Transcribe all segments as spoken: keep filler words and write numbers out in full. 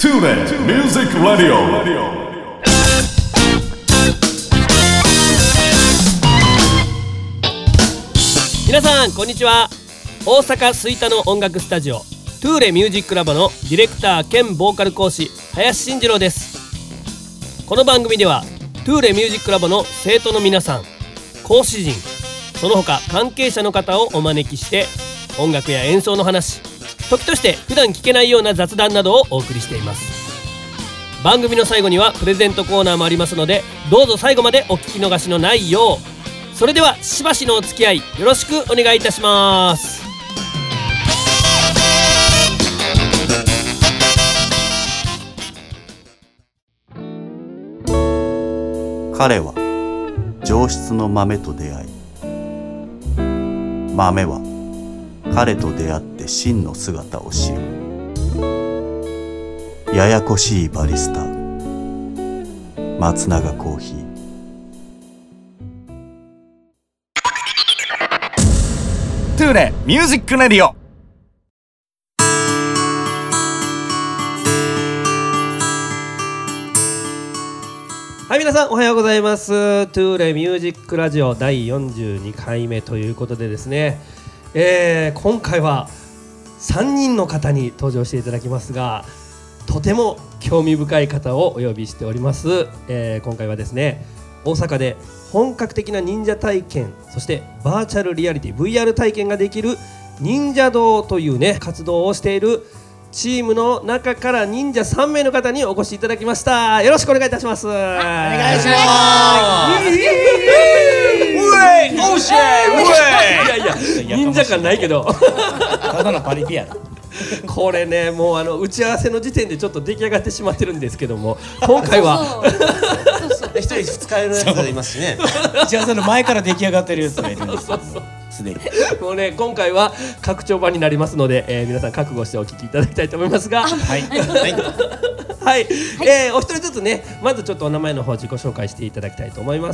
TuneIn Music Radio。 皆さんこんにちは。大阪吹田の音楽スタジオトゥーレミュージックラボのディレクター兼ボーカル講師林慎二郎です。この番組ではトゥーレミュージックラボの生徒の皆さん、講師陣、その他関係者の方をお招きして音楽や演奏の話、時として普段聞けないような雑談などをお送りしています。番組の最後にはプレゼントコーナーもありますので、どうぞ最後までお聞き逃しのないよう。それではしばしのお付き合いよろしくお願いいたします。 彼は上質の豆と出会い、豆は彼と出会って真の姿を知る。ややこしいバリスタ、松永コーヒー。 トゥーレミュージックレディオ。 はい、皆さんおはようございます。トゥーレミュージックラジオだいよんじゅうにかいめということでですね、えー、今回はさんにんの方に登場していただきますが、とても興味深い方をお呼びしております。えー、今回はですね、大阪で本格的な忍者体験、そしてバーチャルリアリティ ブイアール 体験ができる忍者堂というね活動をしているチームの中から忍者さんめいの方にお越しいただきました。よろしくお願いいたします。お願いします。 おしいいやいや忍者感ないけどただのパリピやな。 これね、もうあの打ち合わせの時点でちょっと出来上がってしまってるんですけども、今回は一人二日酔いのやつがいますしね。 打ち合わせの前から出来上がってるやつがいるんです。すでにもうね、今回は拡張版になりますので、えー、皆さん覚悟してお聞きいただきたいと思いますが、はいはいはい、えー、お一人ずつね、まずちょっとお名前の方自己紹介していただきたいと思います。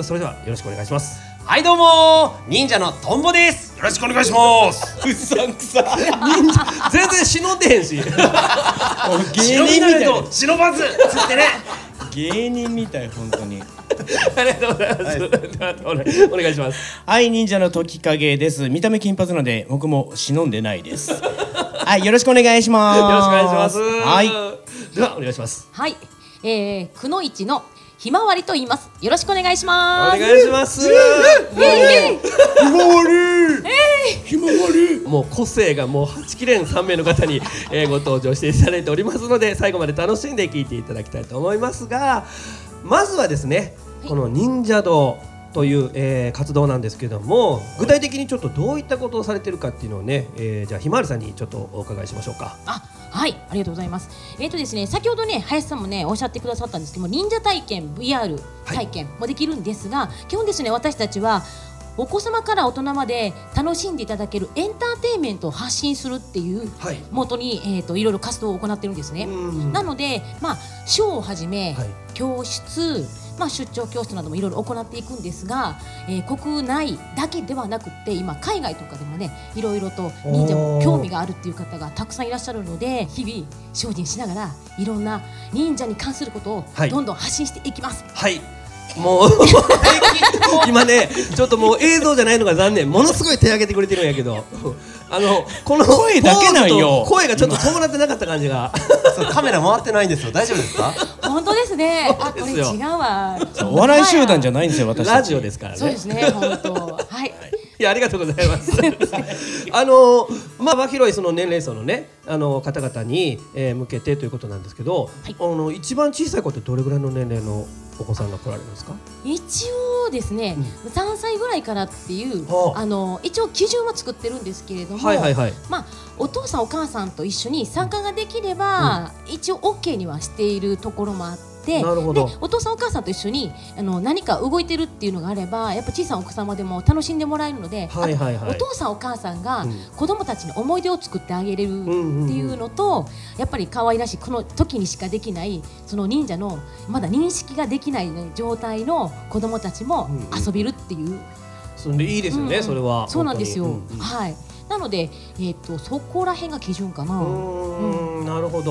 それではよろしくお願いします。 はいどうも忍者のトンボです。よろしくお願いします。 うさんくさ忍者全然忍んでへんし芸人みたいと忍ばずつってね。 芸人みたい本当にありがとうございます、はい、お願いします。 はい、忍者の時影です。見た目金髪なので僕も忍んでないです。はい、よろしくお願いします。 よろしくお願いします。 はい、 ではお願いします。 はい、えー、くのいちのひまわりと言います。よろしくお願いします。 お願いします。ひまわりひまわり、 もう個性がもうはちきれんさんめいの方に、えー、ご登場していただいておりますので、最後まで楽しんで聞いていただきたいと思いますが、まずはですね、この忍者堂という、えー、活動なんですけども、具体的にちょっとどういったことをされているかっていうのをね、えー、じゃあひまわりさんにちょっとお伺いしましょうか。 あ、はい、ありがとうございます。えーとですね、先ほどね、林さんもねおっしゃってくださったんですけども、忍者体験 ブイアール 体験もできるんですが、はい、基本ですね、私たちはお子様から大人まで楽しんでいただけるエンターテインメントを発信するっていう元に、えーといろいろ活動を行ってるんですね。なので、まあ、ショーをはじめ、はい、教室、まあ、出張教室などもいろいろ行っていくんですが、えー、国内だけではなくって今海外とかでもね、いろいろと忍者も興味があるっていう方がたくさんいらっしゃるので、日々精進しながらいろんな忍者に関することをどんどん発信していきます。 はい、もう今ね、ちょっともう映像じゃないのが残念。ものすごい手挙げてくれてるんやけど、あのこの声だけなんよ。 声がちょっと伴ってなかった感じがそう、カメラ回ってないんですよ。大丈夫ですか？ 本当ですね。あ、これ違うわ。 お笑い集団じゃないんですよ、私たち。 ラジオですからね。 そうですね、本当。はい。 いや、ありがとうございます。あのまあ幅広いその年齢層のね、あの方々に、えー、向けてということなんですけど、はい、あの一番小さい子ってどれぐらいの年齢のお子さんが来られるんですか？ 一応ですね、うん、さんさいぐらいからっていう、 はあ、 あの一応基準は作ってるんですけれども、 はいはいはい、 まあ、お父さんお母さんと一緒に参加ができれば、うん、一応 OK にはしているところもあって、でお父さんお母さんと一緒にあの何か動いてるっていうのがあれば、やっぱ小さなお子様でも楽しんでもらえるので、はいはいはい、お父さんお母さんが子供たちの思い出を作ってあげれるっていうのと、うんうんうん、やっぱり可愛らしいこの時にしかできないその忍者のまだ認識ができない、ね、状態の子供たちも遊べるっていう、うんうん、 それいいですよね、うん、それはそうなんですよ、 うんうん、 はい。なので、えー、とそこら辺が基準かな。 うーん、うん、なるほど。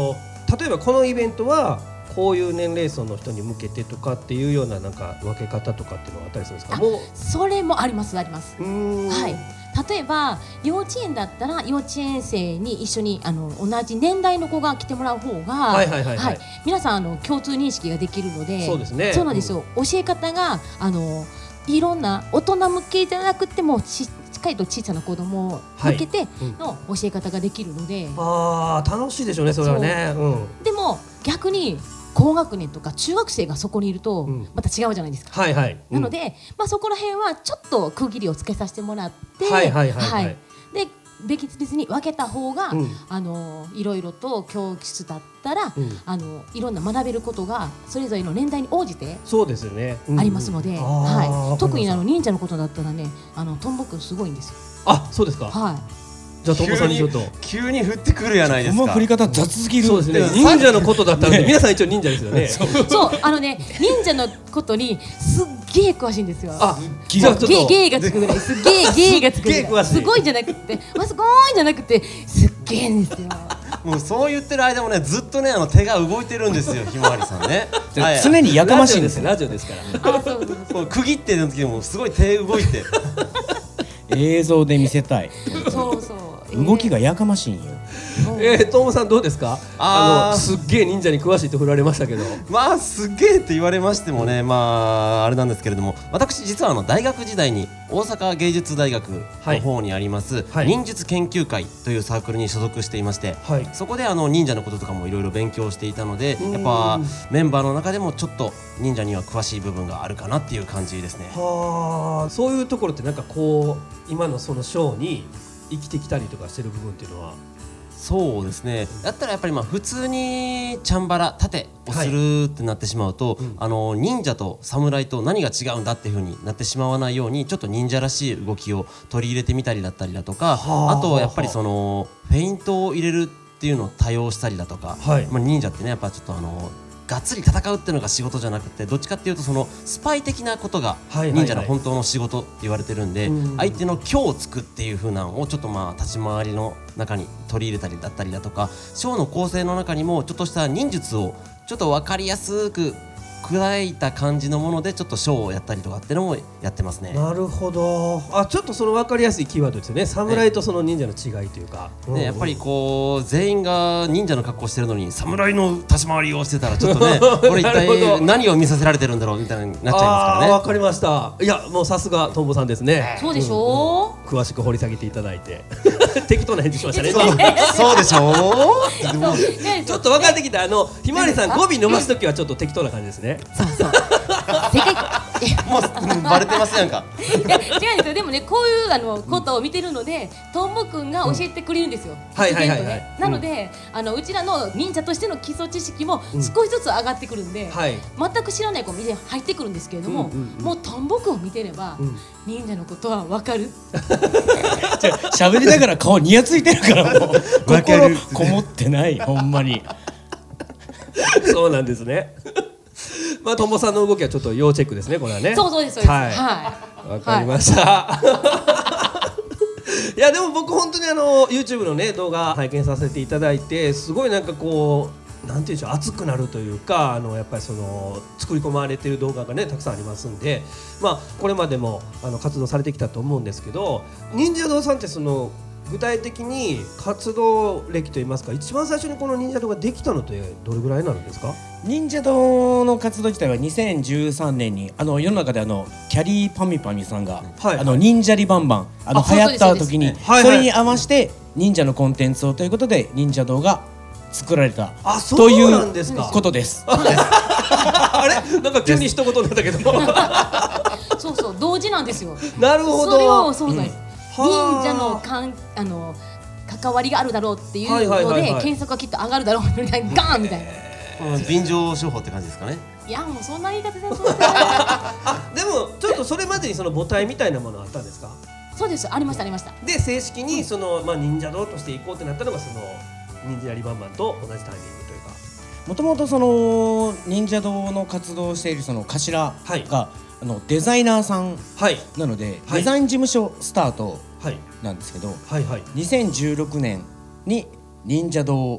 例えばこのイベントはこういう年齢層の人に向けてとかっていうようななんか分け方とかっていうのはあったりするんですか？もうそれもありますあります。 うーん、 はい、例えば幼稚園だったら幼稚園生に一緒にあの同じ年代の子が来てもらう方が、 はいはいはいはいはい、皆さんあの共通認識ができるので、 そうですね、 そうなんですよ、うん、教え方があのいろんな大人向けじゃなくてもししっかりと小さな子供を向けての教え方ができるので、 あー楽しいでしょうねそれはね。うん、 でも逆に高学年とか中学生がそこにいるとまた違うじゃないですか、 うん、はいはい、 なので、まあ、そこら辺はちょっと区切りをつけさせてもらって、 はいはいはいはい、 はい、で別々に分けた方が、 うん、あのいろいろと教室だったら、 うん、 あのいろんな学べることがそれぞれの年代に応じてそうですよね、 ありますので、 うん、 はい、特にあの忍者のことだったらね、あのトンボくんすごいんですよ。 あ、そうですか。 はい。 じゃあトンボさんにちょっと急に降ってくるやないですか。 トンボ振り方雑すぎる。 そうですね。忍者のことだったので、ね、皆さん一応忍者ですよね。 そうあのね忍者のことにすっげー詳しいんですよ。 あ、 じゃあちょっとゲーゲーがつくぐらいすっげーゲーがつくぐらいすごいじゃなくてわすごいじゃなくてすっげーんですよ。 もうそう言ってる間もねずっとねあの手が動いてるんですよひまわりさんね。 常にやかましいんですよ。 ラジオですから。 あ、そうそうそう。 区切ってる時もすごい手動いて。 映像で見せたい。 そうそう。 動きがやかましいんよ。 えー、トンボさんどうですか？ああのすっげえ忍者に詳しいと振られましたけど。 まあすっげえって言われましてもね、まああれなんですけれども、私実はあの大学時代に大阪芸術大学の方にあります、はい、忍術研究会というサークルに所属していまして、はい、そこであの忍者のこととかもいろいろ勉強していたので、やっぱメンバーの中でもちょっと忍者には詳しい部分があるかなっていう感じですね。 はあ、そういうところってなんかこう今のそのショーに生きてきたりとかしてる部分っていうのは。 そうですね、だったらやっぱりまあ普通にチャンバラ盾をするってなってしまうと、はい、うん、あの忍者と侍と何が違うんだっていう風になってしまわないようにちょっと忍者らしい動きを取り入れてみたりだったりだとか、はあ、あとはやっぱりそのフェイントを入れるっていうのを多用したりだとか、はい、まあ、忍者ってねやっぱちょっとあのがっつり戦うっていうのが仕事じゃなくてどっちかっていうとそのスパイ的なことが忍者の本当の仕事って言われてるんで、相手の虚をつくっていう風なのをちょっとまあ立ち回りの中に取り入れたりだったりだとか、ショーの構成の中にもちょっとした忍術をちょっと分かりやすく砕いた感じのものでちょっとショーをやったりとかっていうのもやってますね。 なるほど。あ、ちょっとその分かりやすいキーワードですよね。侍とその忍者の違いというか、 ね、うんうん、やっぱりこう全員が忍者の格好してるのに侍の立ち回りをしてたらちょっとねこれ一体何を見させられてるんだろうみたいになっちゃいますからね。 わかりました。いやもうさすがトンボさんですね。 そうでしょう、 うんうん、詳しく掘り下げていただいて適当な返事しましたね。 そうでしょうちょっと分かってきた。あのひまわりさん語尾伸ばすときはちょっと適当な感じですね。 そうそう正解もうバレてますやんか。 いや違うんですよ。でもねこういうあのことを見てるのでトンボくんが教えてくれるんですよ、 うん、はいはいはいはい、 なので、うん、あのうちらの忍者としての基礎知識も少しずつ上がってくるんで、うん、はい、全く知らない子も入ってくるんですけれども、うんうんうん、もうトンボくんを見てれば、うん、忍者のことは分かる。 喋りながら顔にやついてるからもう心こもってないほんまに。 そうなんですね。まあトンボさんの動きはちょっと要チェックですね、これはね。 そうそうですそうです。はい。 わ、はい、かりました。はい、いやでも僕本当にあの YouTube のね動画拝見させていただいてすごいなんかこうなんていうんでしょう、熱くなるというか、あのやっぱりその作り込まれている動画がねたくさんありますんで、まあこれまでもあの活動されてきたと思うんですけど、忍者堂さんってその具体的に活動歴といいますか、一番最初にこの忍者堂ができたのってどれぐらいになるんですか？ 忍者堂の活動自体はにせんじゅうさんねんにあの世の中であのキャリーパミュパミュさんが、はい、あの忍者リバンバンあの流行った時にそれに合わせて忍者のコンテンツをということで忍者堂が作られたということです。 あれなんか急に一言になったけどそうそう同時なんですよ。 なるほど。 それをそうです、うん、忍者のかんあの関わりがあるだろうっていうので検索がきっと上がるだろうみたいなガーンみたいな、 うん、便乗商法って感じですかね。 いやもうそんな言い方でそうですあでもちょっとそれまでにその母体みたいなものあったんですか？ そうです、ありましたありました。 で正式にその、まあ、忍者堂としていこうってなったのがその忍者リバンバンと同じタイミングというか、 もともとその忍者堂の活動をしているその頭が、はい、あのデザイナーさんなので、はい、デザイン事務所スタートなんですけど、はいはいはい、にせんじゅうろくねんに忍者堂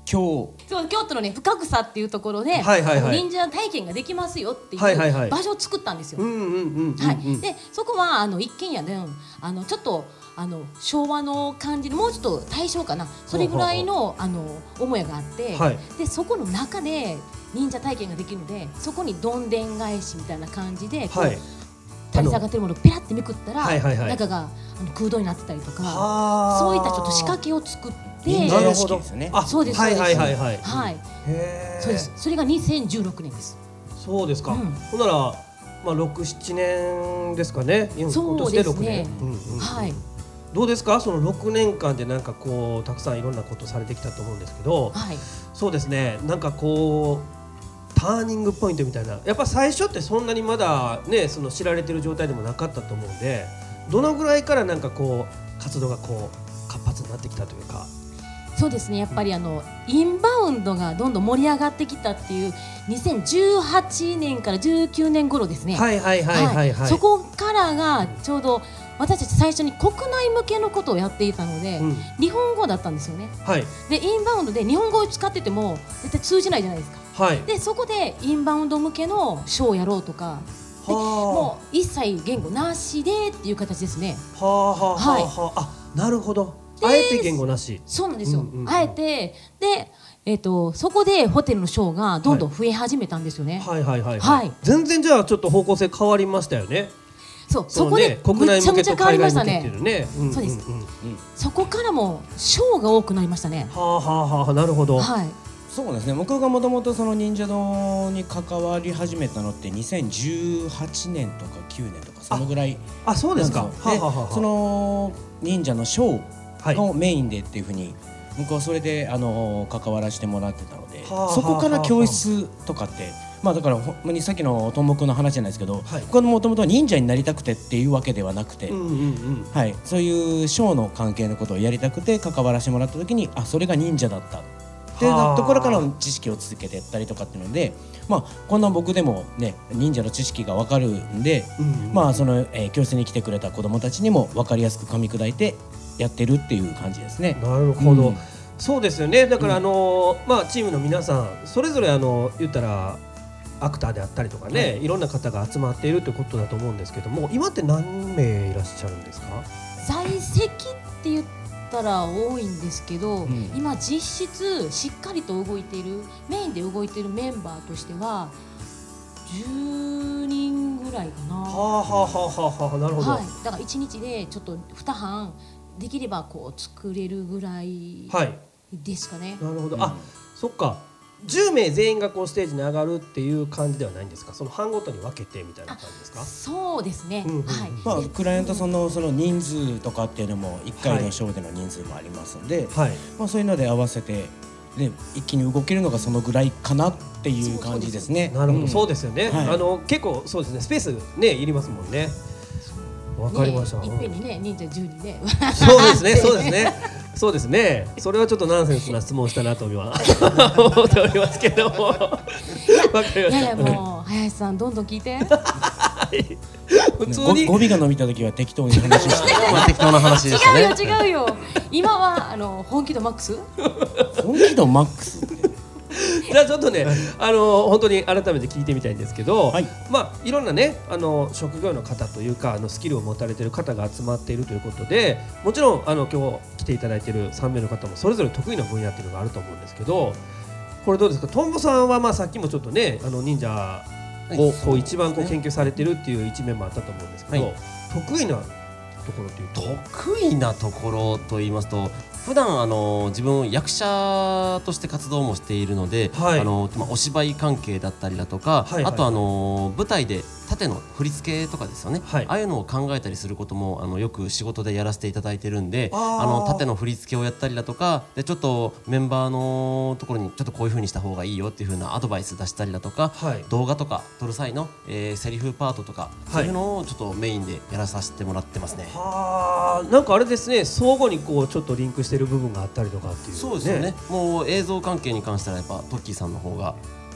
京そう京都のね深草っていうところで、 はいはいはい、 忍者体験ができますよっていうはいはいはい場所を作ったんですよ。 うんうんうんうんうん、 はい、でそこはあの一軒家であのちょっとあの昭和の感じでもうちょっと大正かなそれぐらいのあの母屋があって、 はい、 でそこの中で忍者体験ができるのでそこにどんでん返しみたいな感じでこう、はい、垂れ下がってるものをペラってめくったら、はいはいはい、中があの空洞になってたりとかそういったちょっと仕掛けを作って忍者屋敷ですね。 あそうですそうです。 はいはいはいはい。 はい。そうです。それがにせんじゅうろくねんです。 そうですか。うん、ほんならまあろく、ななねんですかね。 そうですね。 うんうん、 はい。 どうですかそのろくねんかんでなんかこうたくさんいろんなことされてきたと思うんですけど、はい、そうですねなんかこうターニングポイントみたいなやっぱ最初ってそんなにまだねその知られてる状態でもなかったと思うんでどのぐらいからなんかこう活動がこう活発になってきたというか。 そうですねやっぱりあのインバウンドがどんどん盛り上がってきたっていうにせんじゅうはちねんからじゅうきゅうねん頃ですね。 はいはいはいはい、はい、 そこからがちょうど私たち最初に国内向けのことをやっていたので、うん、日本語だったんですよね、はい、でインバウンドで日本語を使ってても絶対通じないじゃないですか、はい、でそこでインバウンド向けのショーをやろうとかでもう一切言語なしでっていう形ですね。 はあはあはあ、はい、あなるほどあえて言語なしそうなんですよ、うんうんうん、あえてでえー、とそこでホテルのショーがどんどん増え始めたんですよね、 はい、はいはいはい、はい、全然じゃあちょっと方向性変わりましたよね。 そうそこでめちゃめちゃ変わりましたね。そうです、 うんうんうん、 そこからもショーが多くなりましたね。 はあはあはあなるほど、 はい、 そうですね僕がもともとその忍者堂に関わり始めたのってにせんじゅうはちねんとかきゅうねんとかそのぐらい。 ああそうですか。 で、はあはあ、その忍者のショーのメインでっていうふうに僕はそれであの関わらせてもらってたので、はあ、そこから教室とかってまあだからほんまにさっきのトンボくんの話じゃないですけど、はい、僕はもともと忍者になりたくてっていうわけではなくて、うんうんうん、はい、そういうショーの関係のことをやりたくて関わらせてもらった時にあそれが忍者だったっていうところからの知識を続けてやったりとかっていうので、まあこんな僕でもね忍者の知識が分かるんで、うんうん、まあその、えー、教室に来てくれた子どもたちにも分かりやすく噛み砕いてやってるっていう感じですね。 なるほど、うん、そうですよね。だからあのー、まあチームの皆さんそれぞれあの言ったらアクターであったりとかね、はい、いろんな方が集まっているということだと思うんですけども今って何名いらっしゃるんですか？ 在籍って言ったら多いんですけど、うん、今実質しっかりと動いているメインで動いているメンバーとしてはじゅうにんぐらいかな。はあはあはあはあなるほど、 はい、だからいちにちでちょっとに班できればこう作れるぐらいですかね、 はい、なるほど、うん、あそっかじゅうめい全員がこうステージに上がるっていう感じではないんですか？その班ごとに分けてみたいな感じですか？ そうですね、うんうん、はい、 まあ、クライアントさんのその人数とかっていうのもいっかいのショーでの人数もありますので、はい、まあ、そういうので合わせて、ね、一気に動けるのがそのぐらいかなっていう感じですね。 なるほど、うん、そうですよね、はい、あの結構そうですねスペースねいりますもんね。わかりました。 いっぺんにね忍者じゅうにんでそうですねそうですねそうですね。それはちょっとナンセンスな質問したなとは思っておりますけども。わかりました。 いやいやもう林さんどんどん聞いて。 普通に語尾が伸びた時は適当に話して適当な話ですね。 違うよ違うよ。今はあの本気度マックス？ 本気度マックス。 じゃあちょっとね、あの本当に改めて聞いてみたいんですけど、はい、まあいろんなねあの職業の方というかあのスキルを持たれている方が集まっているということで、もちろんあの今日来ていただいているさんめいの方もそれぞれ得意な分野っていうのがあると思うんですけど、これどうですか？トンボさんはまあさっきもちょっとねあの忍者をこう一番こう研究されているっていう一面もあったと思うんですけど、はい、得意なところというと得意なところと言いますと。普段あの自分役者として活動もしているので、はい、あのまあ、お芝居関係だったりだとか、はいはいはい、あとあの舞台で縦の振り付けとかですよね、はい、ああいうのを考えたりすることもあのよく仕事でやらせていただいてるんで、あの縦の振り付けをやったりだとかでちょっとメンバーのところにちょっとこういう風にした方がいいよっていう風なアドバイス出したりだとか、はい、動画とか撮る際の、えー、セリフパートとか、はい、そういうのをちょっとメインでやらさせてもらってますね。 はあ、なんかあれですね、相互にこうちょっとリンクしてる部分があったりとかっていう、ね、 そうですよね。もう映像関係に関してはやっぱトッキーさんの方が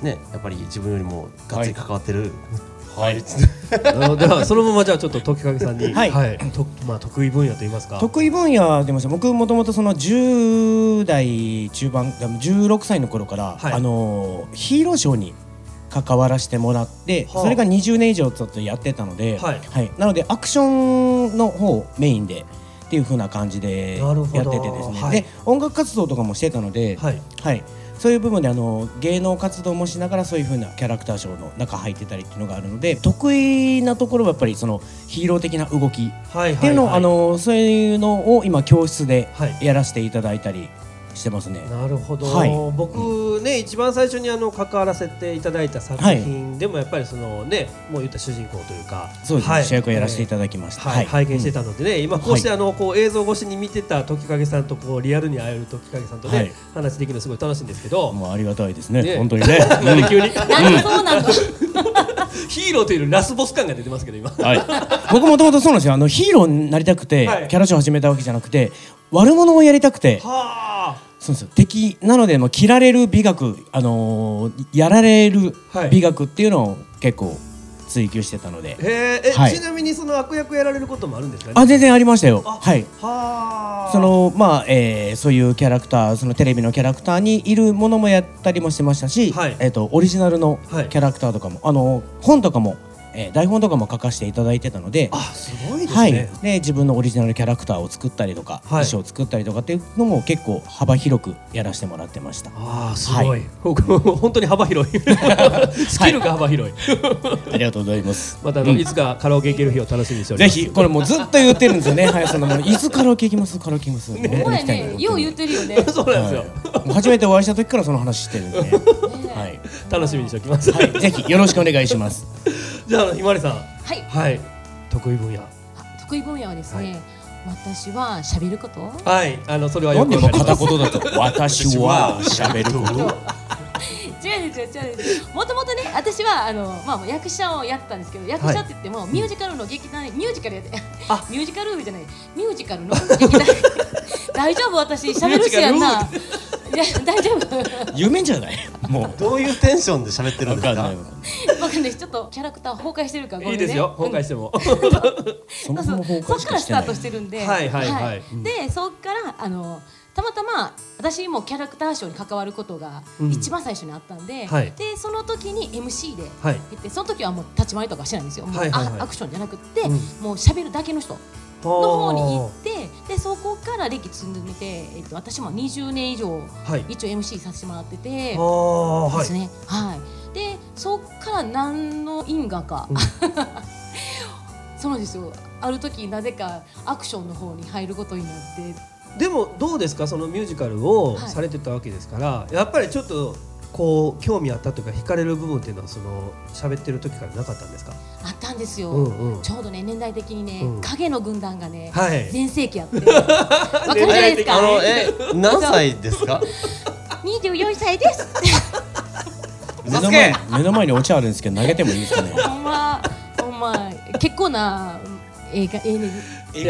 ねやっぱり自分よりもがっつり関わってる、 はい、 ではそのままじゃあちょっと時影さんに、 はいはいとまあ、得意分野といいますか。 得意分野でも僕もともとそのじゅう代中盤じゅうろくさいの頃から、はい、あのヒーローショーに関わらせてもらって、はあ、それがにじゅうねん以上ちょっとやってたので、はいはい、なのでアクションの方メインでっていう風な感じでやっててですね、はい、で音楽活動とかもしてたので、はいはい、そういう部分であの芸能活動もしながらそういう風なキャラクターショーの中入ってたりっていうのがあるので、得意なところはやっぱりそのヒーロー的な動きっていうのを、あのそういうのを今教室でやらせていただいたりしてますね。 なるほど、はい、僕ね、うん、一番最初にあの関わらせていただいた作品でもやっぱりそのね、もう言った主人公というか、 そうですね、はい、主役をやらせていただきました、 はいはい、拝見してたのでね、うん、今こうしてあのこう映像越しに見てた時影さんとこうリアルに会える時影さんとね、はい、話できるのすごい楽しいんですけど、 もうありがたいですね、ね本当にねなんで急になんでそうなのヒーローというラスボス感が出てますけど今、 はい、僕もともとそうなんですよ。あのヒーローになりたくて、はい、キャラショー始めたわけじゃなくて悪者をやりたくて、はあ、そうですよ、敵なのでもう切られる美学、あのー、やられる美学っていうのを結構追求してたので、 へえ、はい、ちなみにその悪役やられることもあるんですかね。 あ、全然ありましたよ。はい、はそのまあ、えー、そういうキャラクター、そのテレビのキャラクターにいるものもやったりもしてましたし、はい、えーとオリジナルのキャラクターとかも、はい、あの本とかもえー、台本とかも書かせていただいてたので、 あ、すごいですね、 はい、で自分のオリジナルキャラクターを作ったりとか、はい、衣装を作ったりとかっていうのも結構幅広くやらせてもらってました。 あ、すごい、はい、本当に幅広いスキルが幅広い、 はい、ありがとうございます。 またあの、うん、いつかカラオケ行ける日を楽しみにしております。 ぜひ、これもうずっと言ってるんですよね林さんのもいつカラオケ行きますカラオケ行きますね、 ね、ね、よう言ってるよねそうなんですよ、 はい、初めてお会いした時からその話してるんで、ねはい、 楽しみにしておきます、 はい、ぜひよろしくお願いしますじゃあひまりさん、 はい、 はい、得意分野。 得意分野はですね、はい、私は喋ること。 はい、あのそれはよくわかります。 片言だと私は喋ること。 違うんですよ、違うんですよ。もともとね、私はあのまあ役者をやってたんですけど、役者って言っても、はい、ミュージカルの劇団、ミュージカルやって、あ、ミュージカルじゃない、ミュージカルの劇団。大丈夫、私喋るしやんな。いや、大丈夫。 夢じゃない。もうどういうテンションで喋ってるんですか。 僕ね、ちょっとキャラクター崩壊してるから、 いいですよ、崩壊しても。 そもそも崩壊しかしてない。 そっからスタートしてるんで、 はいはいはい。 で、そっからあのたまたま私もキャラクターショーに関わることが一番最初にあったんで、でその時に エムシー で行って、その時はもう立ち回りとかしてないんですよ。もうアクションじゃなくて、もう喋るだけの人。の方に行ってでそこから歴積んでみて、えっと、私もにじゅうねん以上、はい、一応 エムシー させてもらっててですね、はい、でそっから何の因果か、うん、そうなんですよ。ある時なぜかアクションの方に入ることになって。 でもどうですか、そのミュージカルをされてたわけですから、はい、やっぱりちょっとこう興味あったというか惹かれる部分っていうのはその喋ってる時からなかったんですか。 あったんですよ、うんうん、ちょうどね年代的にね、うん、影の軍団がね、はい、全盛期あってわかるじゃないですか。 あのえ何歳ですか。 にじゅうよんさいです目の前目の前にお茶あるんですけど投げてもいいですかね。 ほんまほんま結構な映画映画永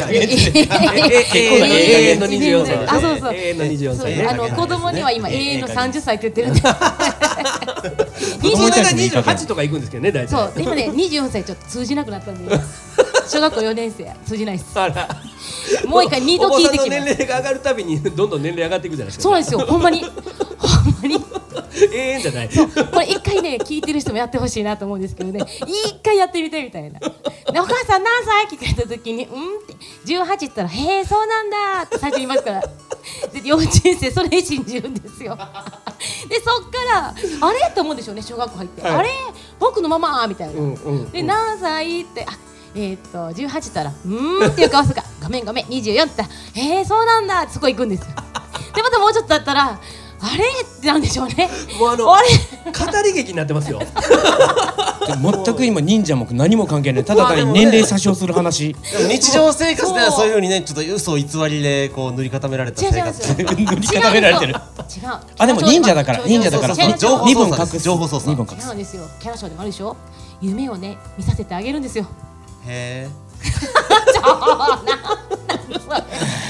遠のにじゅうよんさい。 あ、そうそう。 永遠のにじゅうよんさい。 あの子供には今永遠のさんじゅっさいって言ってるんで。 子供がにじゅうはちとか行くんですけどね、大体。 そう、今ねにじゅうよんさいちょっと通じなくなったんで、小学校よねん生通じないです。もう一回二度聞いてきます。 お子さんの年齢が上がるたびにどんどん年齢上がっていくじゃないですか。 そうなんですよ、ほんまにほんまに。 永遠じゃない。 これ一回ね聞いてる人もやってほしいなと思うんですけどね、一回やってみてみたいな。でお母さん何歳って聞かれた時に、うんってじゅうはちって言ったら、へえそうなんだって最初に言いますから。で幼稚園生それ信じるんですよ。でそっからあれと思うんでしょうね、小学校入って、はい、あれ僕のママみたいな、うんうんうん、で何歳ってあえー、っとじゅうはちったらうーんっていう顔するからごめんごめんにじゅうよんって言ったらへえそうなんだってそこ行くんですよ。でまたもうちょっとだったらあれってなんでしょうね。 もうあのあれ語り劇になってますよ。 全く今忍者も何も関係ない、ただ単に年齢詐称する話。 日常生活ではそういう風にねちょっと嘘偽りでこう塗り固められた生活。 塗り固められてる。違う。あでも忍者だから忍者だから情報操作情報操作。 そうなんですよ。キャラショーでもあるでしょ。夢をね見させてあげるんですよ。 へえ。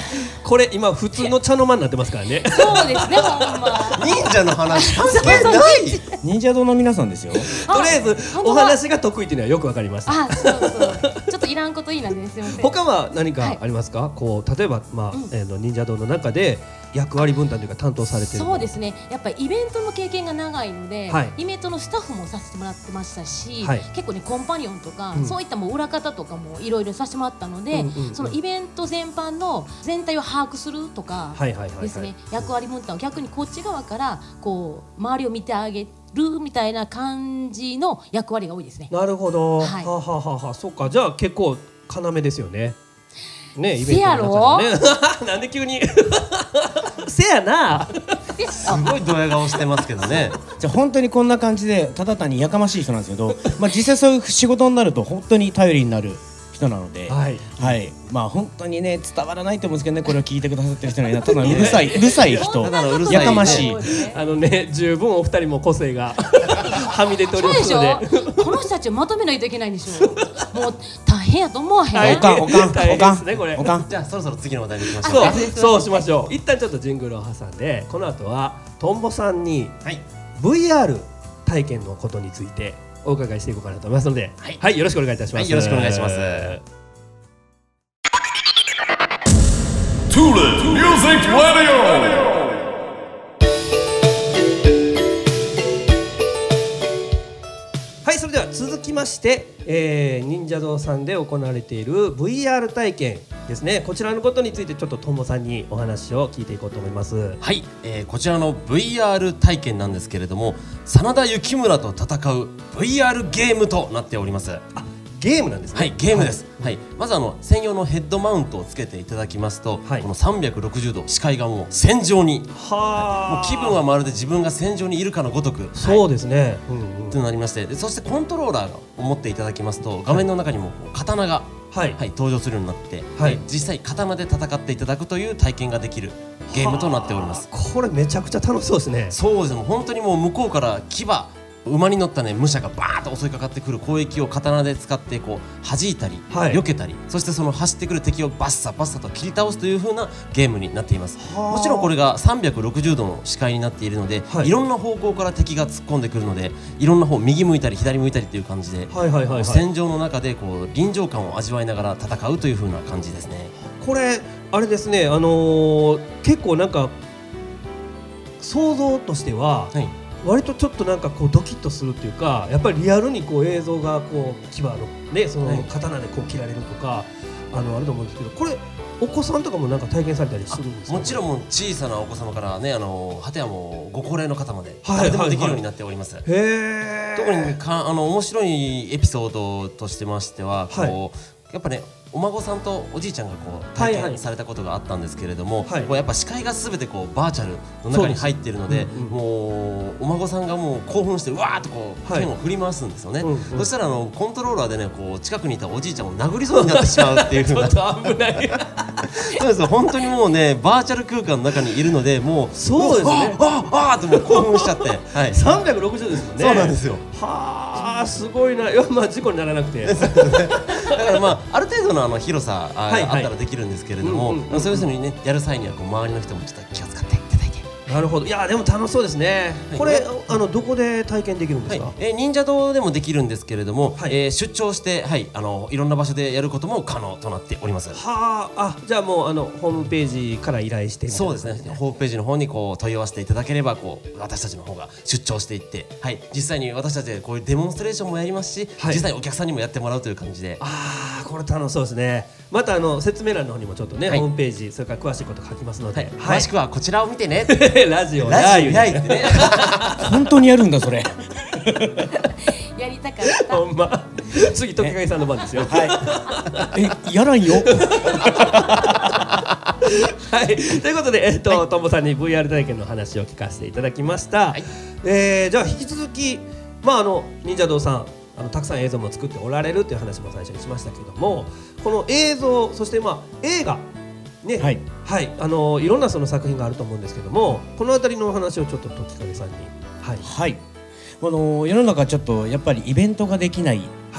これ今普通の茶の間になってますからね。 そうですね、ほんま。 忍者の話関係ない。 忍者堂の皆さんですよ。 とりあえずお話が得意っていうのはよくわかりました。 あ、そうそう。ちょっといらんこといいなんですいません。 他は何かありますか？こう例えばまあ、えー、の忍者堂の中で役割分担というか担当されている。 そうですね。やっぱりイベントの経験が長いので、 はい、 イベントのスタッフもさせてもらってましたし、 はい、 結構ねコンパニオンとか、 うん、 そういったもう裏方とかもいろいろさせてもらったので、うんうんうん、そのイベント全般の全体を把握するとかですね。役割分担を逆にこっち側からこう周りを見てあげるみたいな感じの役割が多いですね。 なるほど。はい、はははは。そうか。じゃあ結構要ですよね。ね、イベントの中でね。なんで急にせやな。 すごいドヤ顔してますけどね。 じゃあ本当にこんな感じでただ単にやかましい人なんですけど、まあ実際そういう仕事になると本当に頼りになる人なので、はい、はい、まあ本当にね伝わらないと思うんですけどね、これを聞いてくださってる人にはただのうるさいうるさい人、やかましい。 あのね、十分お二人も個性がはみ出ておりますので、 この人たちをまとめないといけないんでしょう。もう大変やと思わへん。 おかんおかんおかんね、これ。 おかん。じゃあそろそろ次の話題に行きましょう。 そうそうしましょう。一旦ちょっとジングルを挟んで、この後はトンボさんに ブイアール 体験のことについてお伺いしていこうかなと思いますので、はい、はい、よろしくお願いいたします。 はい、よろしくお願いします。 トゥーレミュージックラディオ。 はい、それでは続きまして、えー、忍者堂さんで行われている ブイアール 体験ですね。こちらのことについてちょっとトンボさんにお話を聞いていこうと思います。 はい、えー、こちらの ブイアール 体験なんですけれども、真田幸村と戦う ブイアール ゲームとなっております。 あ、ゲームなんですね。 はい、ゲームです。はい、はい、まずあの専用のヘッドマウントをつけていただきますと、はい、このさんびゃくろくじゅうど視界がもう戦場に、は、もう気分はまるで自分が戦場にいるかのごとく、 そうですね、はい、 うんうん、となりまして、でそしてコントローラーを持っていただきますと、画面の中にも刀が、はいはい、登場するようになって、はい、実際刀で戦っていただくという体験ができるゲームとなっております。 これめちゃくちゃ楽しそうですね。 そうですね、本当にもう向こうから牙、馬に乗ったね武者がバーッと襲いかかってくる攻撃を刀で使ってこう弾いたり、はい、避けたり、そしてその走ってくる敵をバッサバッサと切り倒すという風なゲームになっています。もちろんこれがさんびゃくろくじゅうどの視界になっているので、はい、いろんな方向から敵が突っ込んでくるので、いろんな方右向いたり左向いたりという感じで、戦場の中でこう臨場感を味わいながら戦うという風な感じですね。 これあれですね、あのー、結構なんか想像としては、はい、割とちょっとなんかこうドキッとするっていうか、やっぱりリアルにこう映像がこう牙のね、その刀でこう切られるとか、あのあると思うんですけど、これお子さんとかもなんか体験されたりするんですか？ もちろんもう小さなお子様からね、あの果てはもうご高齢の方まで誰でもできるようになっております。はいはいはい、へー。特にかあの面白いエピソードとしてましては、こう、はい、やっぱね、お孫さんとおじいちゃんがこう体験されたことがあったんですけれども、はいはい、もうやっぱ視界がすべてこうバーチャルの中に入っているので、うんうん、もうお孫さんがもう興奮してうわーっとこう剣を振り回すんですよね。はい、そしたらあのコントローラーでね、こう近くにいたおじいちゃんを殴りそうになってしまうっていうちょっと危ないそうです、本当にもうね、バーチャル空間の中にいるので、もうそうですね、 あああーともう興奮しちゃって、はい、 さんびゃくろくじゅうですもんね。 そうなんですよ。 はあ、すごいな。いや、まあ事故にならなくてだからまあある程度のあの広さあ、はいはい、あったらできるんですけれども、そういうふうにねやる際にはこう周りの人もちょっと気を使っていただいて。 なるほど。いやでも楽しそうですね。はい、これあのどこで体験できるんですか？はい、 えー、忍者堂でもできるんですけれども、はい、えー、出張して、はい、あのいろんな場所でやることも可能となっております。 はあ、あ、じゃあもうあのホームページから依頼してみたいな。 そうですね。ホームページの方にこう問い合わせていただければ、こう私たちの方が出張していって、はい、実際に私たちでこういうデモンストレーションもやりますし、はい、実際にお客さんにもやってもらうという感じで。 ああ、これ楽しそうですね。またあの説明欄の方にもちょっとね、はい、ホームページ、それから詳しいこと書きますので、 はい、詳しくはこちらを見てねラジオラジオやいってね本当にやるんだそれやりたかったほんま。次時影さんの番ですよ。 はい、え、やらんよはい、ということで、えっと、ともさんに ブイアール 体験の話を聞かせていただきました。はい、えー、じゃあ引き続き、まああの忍者堂さん、あのたくさん映像も作っておられるという話も最初にしましたけども、この映像、そしてまあ映画ね、はい、はい、あのいろんなその作品があると思うんですけども、このあたりのお話をちょっと時影さんに。はい、 はい、あの世の中ちょっとやっぱりイベントができない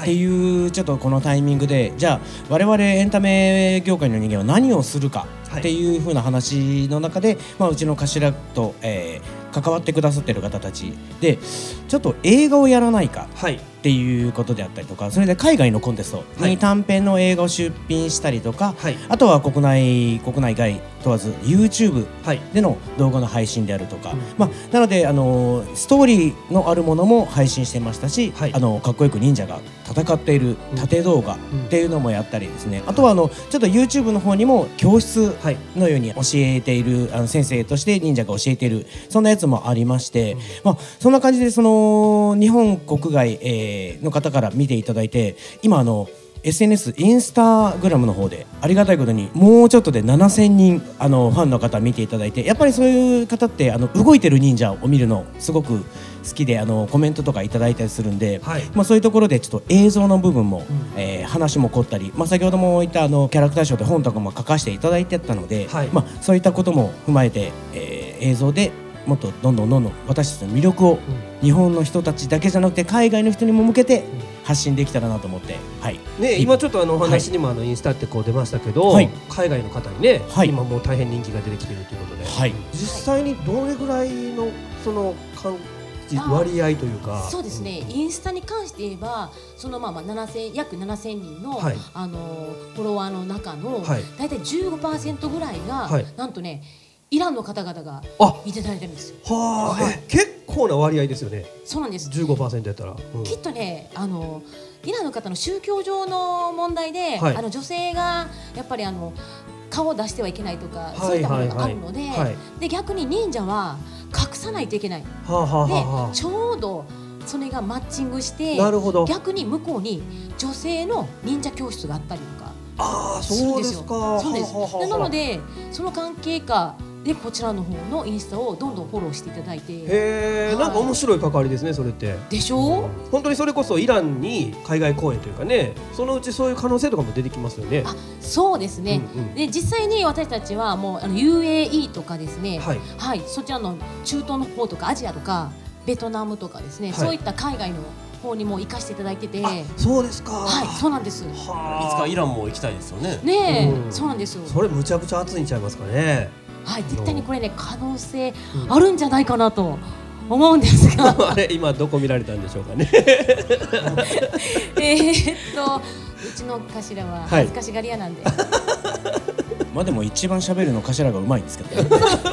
っていうちょっとこのタイミングで、じゃあ我々エンタメ業界の人間は何をするかっていう風な話の中で、まあ、うちの頭と、えー関わってくださっている方たちでちょっと映画をやらないかっていうことであったりとか、それで海外のコンテストに短編の映画を出品したりとか、はい、あとは国内国内外問わず YouTube での動画の配信であるとか、はい、まあ、なのであのストーリーのあるものも配信してましたし、はい、あのかっこよく忍者が戦っている縦動画っていうのもやったりですね、あとはあのちょっと YouTube の方にも教室のように教えている、あの先生として忍者が教えているそんなやつもありまして、うん、まあ、そんな感じでその日本国外、えー、の方から見ていただいて、今あのエスエヌエス インスタグラムの方でありがたいことにもうちょっとでななせんにんあのファンの方見ていただいて、やっぱりそういう方ってあの動いてる忍者を見るのすごく好きで、あのコメントとかいただいたりするんで、はい、まあ、そういうところでちょっと映像の部分も、うん、えー、話も凝ったり、まあ、先ほども言ったあのキャラクターショーで本とかも書かせていただいてたので、はい、まあ、そういったことも踏まえて、えー、映像でもっとどんどんどんどん私たちの魅力を日本の人たちだけじゃなくて海外の人にも向けて発信できたらなと思って、はいね、今ちょっとあのお話にもあのインスタってこう出ましたけど、はい、海外の方にね、はい、今もう大変人気が出てきているということで、はい、実際にどれぐらいのその感じ割合というか、 そうですね、うん、インスタに関して言えばそのまあまあななせん約ななせんにんの、はい、あのフォロワーの中のだいたい じゅうごパーセント ぐらいが、はい、なんとねイランの方々が見ていただいてるんですよ。 はあ、はい、結構な割合ですよね。 そうなんです。 じゅうごパーセント やったら、うん、 きっとね、あのイランの方の宗教上の問題で、はい、あの女性がやっぱりあの顔を出してはいけないとか、はい、そういったものがあるので、はい、で逆に忍者は隠さないといけない、はあはあはあ、でちょうどそれがマッチングして、なるほど、逆に向こうに女性の忍者教室があったりとか、 ああ、そうですか。 そうです。でなのでその関係かでこちらの方のインスタをどんどんフォローしていただいて、 へー、はい、なんか面白い関わりですね、それってでしょう。 本当にそれこそイランに海外公演というかね、そのうちそういう可能性とかも出てきますよね。 あ、そうですね、うんうん、で実際に私たちはもうあの ユーエーイー とかですね、はい、はい、そちらの中東の方とかアジアとかベトナムとかですね、はい、そういった海外の方にも行かせていただいてて。 そうですか。 はい、そうなんです。 は、いつかイランも行きたいですよね。 ねえ、うん、そうなんですよ。 それむちゃくちゃ熱いんちゃいますかね。 はい、絶対にこれね可能性あるんじゃないかなと思うんですが、うん、 あれ今どこ見られたんでしょうかね。 えーっとうちの頭は恥ずかしがり屋なんで、はい、 まあでも一番喋るの頭がうまいんですけどね。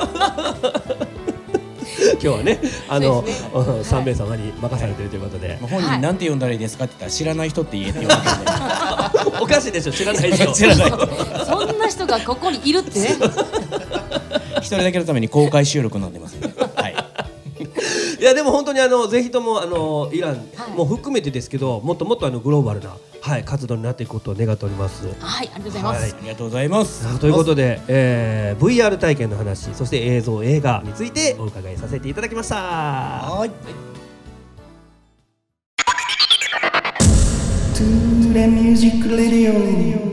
今日はね、あの、ね、さん名様に任されているということで、はい、 本人なんて呼んだらいいですかって言ったら知らない人って言えって言われてるんで。 おかしいでしょ、知らない人。 知らない人。 そんな人がここにいるってね。 一人だけのために公開収録なんでますね。はい。 いやでも本当にあのぜひともあのイランも含めてですけど、もっともっとあのグローバルな、はい、活動になっていくことを願っております。 はい、ありがとうございます。はい、 ありがとうございます。 ということで、えー、ブイアール 体験の話、そして映像映画についてお伺いさせていただきました。はい。トゥーレミュージックレディオ。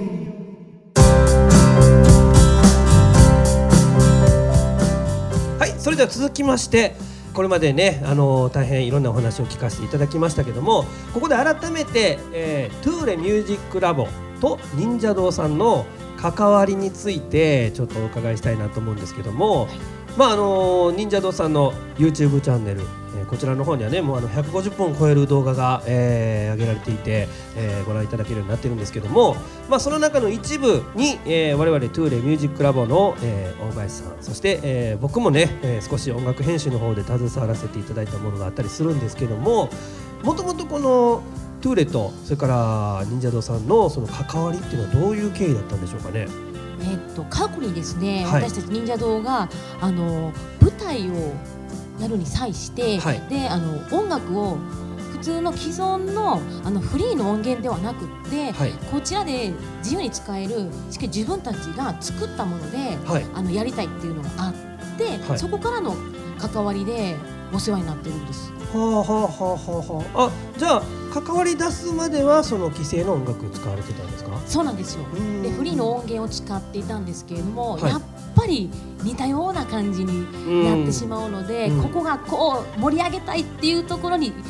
それでは続きまして、これまでね、あのー、大変いろんなお話を聞かせていただきましたけども、ここで改めて、えー、トゥーレミュージックラボと忍者堂さんの関わりについてちょっとお伺いしたいなと思うんですけども、はい、まああのー、忍者堂さんの YouTube チャンネル、えー、こちらの方にはね、もうあのひゃくごじゅっぽんを超える動画が、えー、上げられていて、えー、ご覧いただけるようになっているんですけども、まあ、その中の一部に、えー、我々トゥーレミュージックラボの、えー、大林さん、そして、えー、僕もね、えー、少し音楽編集の方で携わらせていただいたものがあったりするんですけども、もともとこのトゥーレとそれから忍者堂さんのその関わりっていうのはどういう経緯だったんでしょうかね。 えー、っと過去にですね、はい、私たち忍者堂があの舞台をやるに際して、はい、であの音楽を普通の既存 の, あのフリーの音源ではなくって、はい、こちらで自由に使えるしかし自分たちが作ったもので、はい、あのやりたいっていうのがあって、はい、そこからの関わりでお世話になってるんです。 はあはあはあはあ、あ、じゃあ関わり出すまではその既成の音楽使われてたんですか？ そうなんですよ。でフリーの音源を使っていたんですけれども、はい、やっぱり似たような感じになってしまうので、ここがこう盛り上げたいっていうところに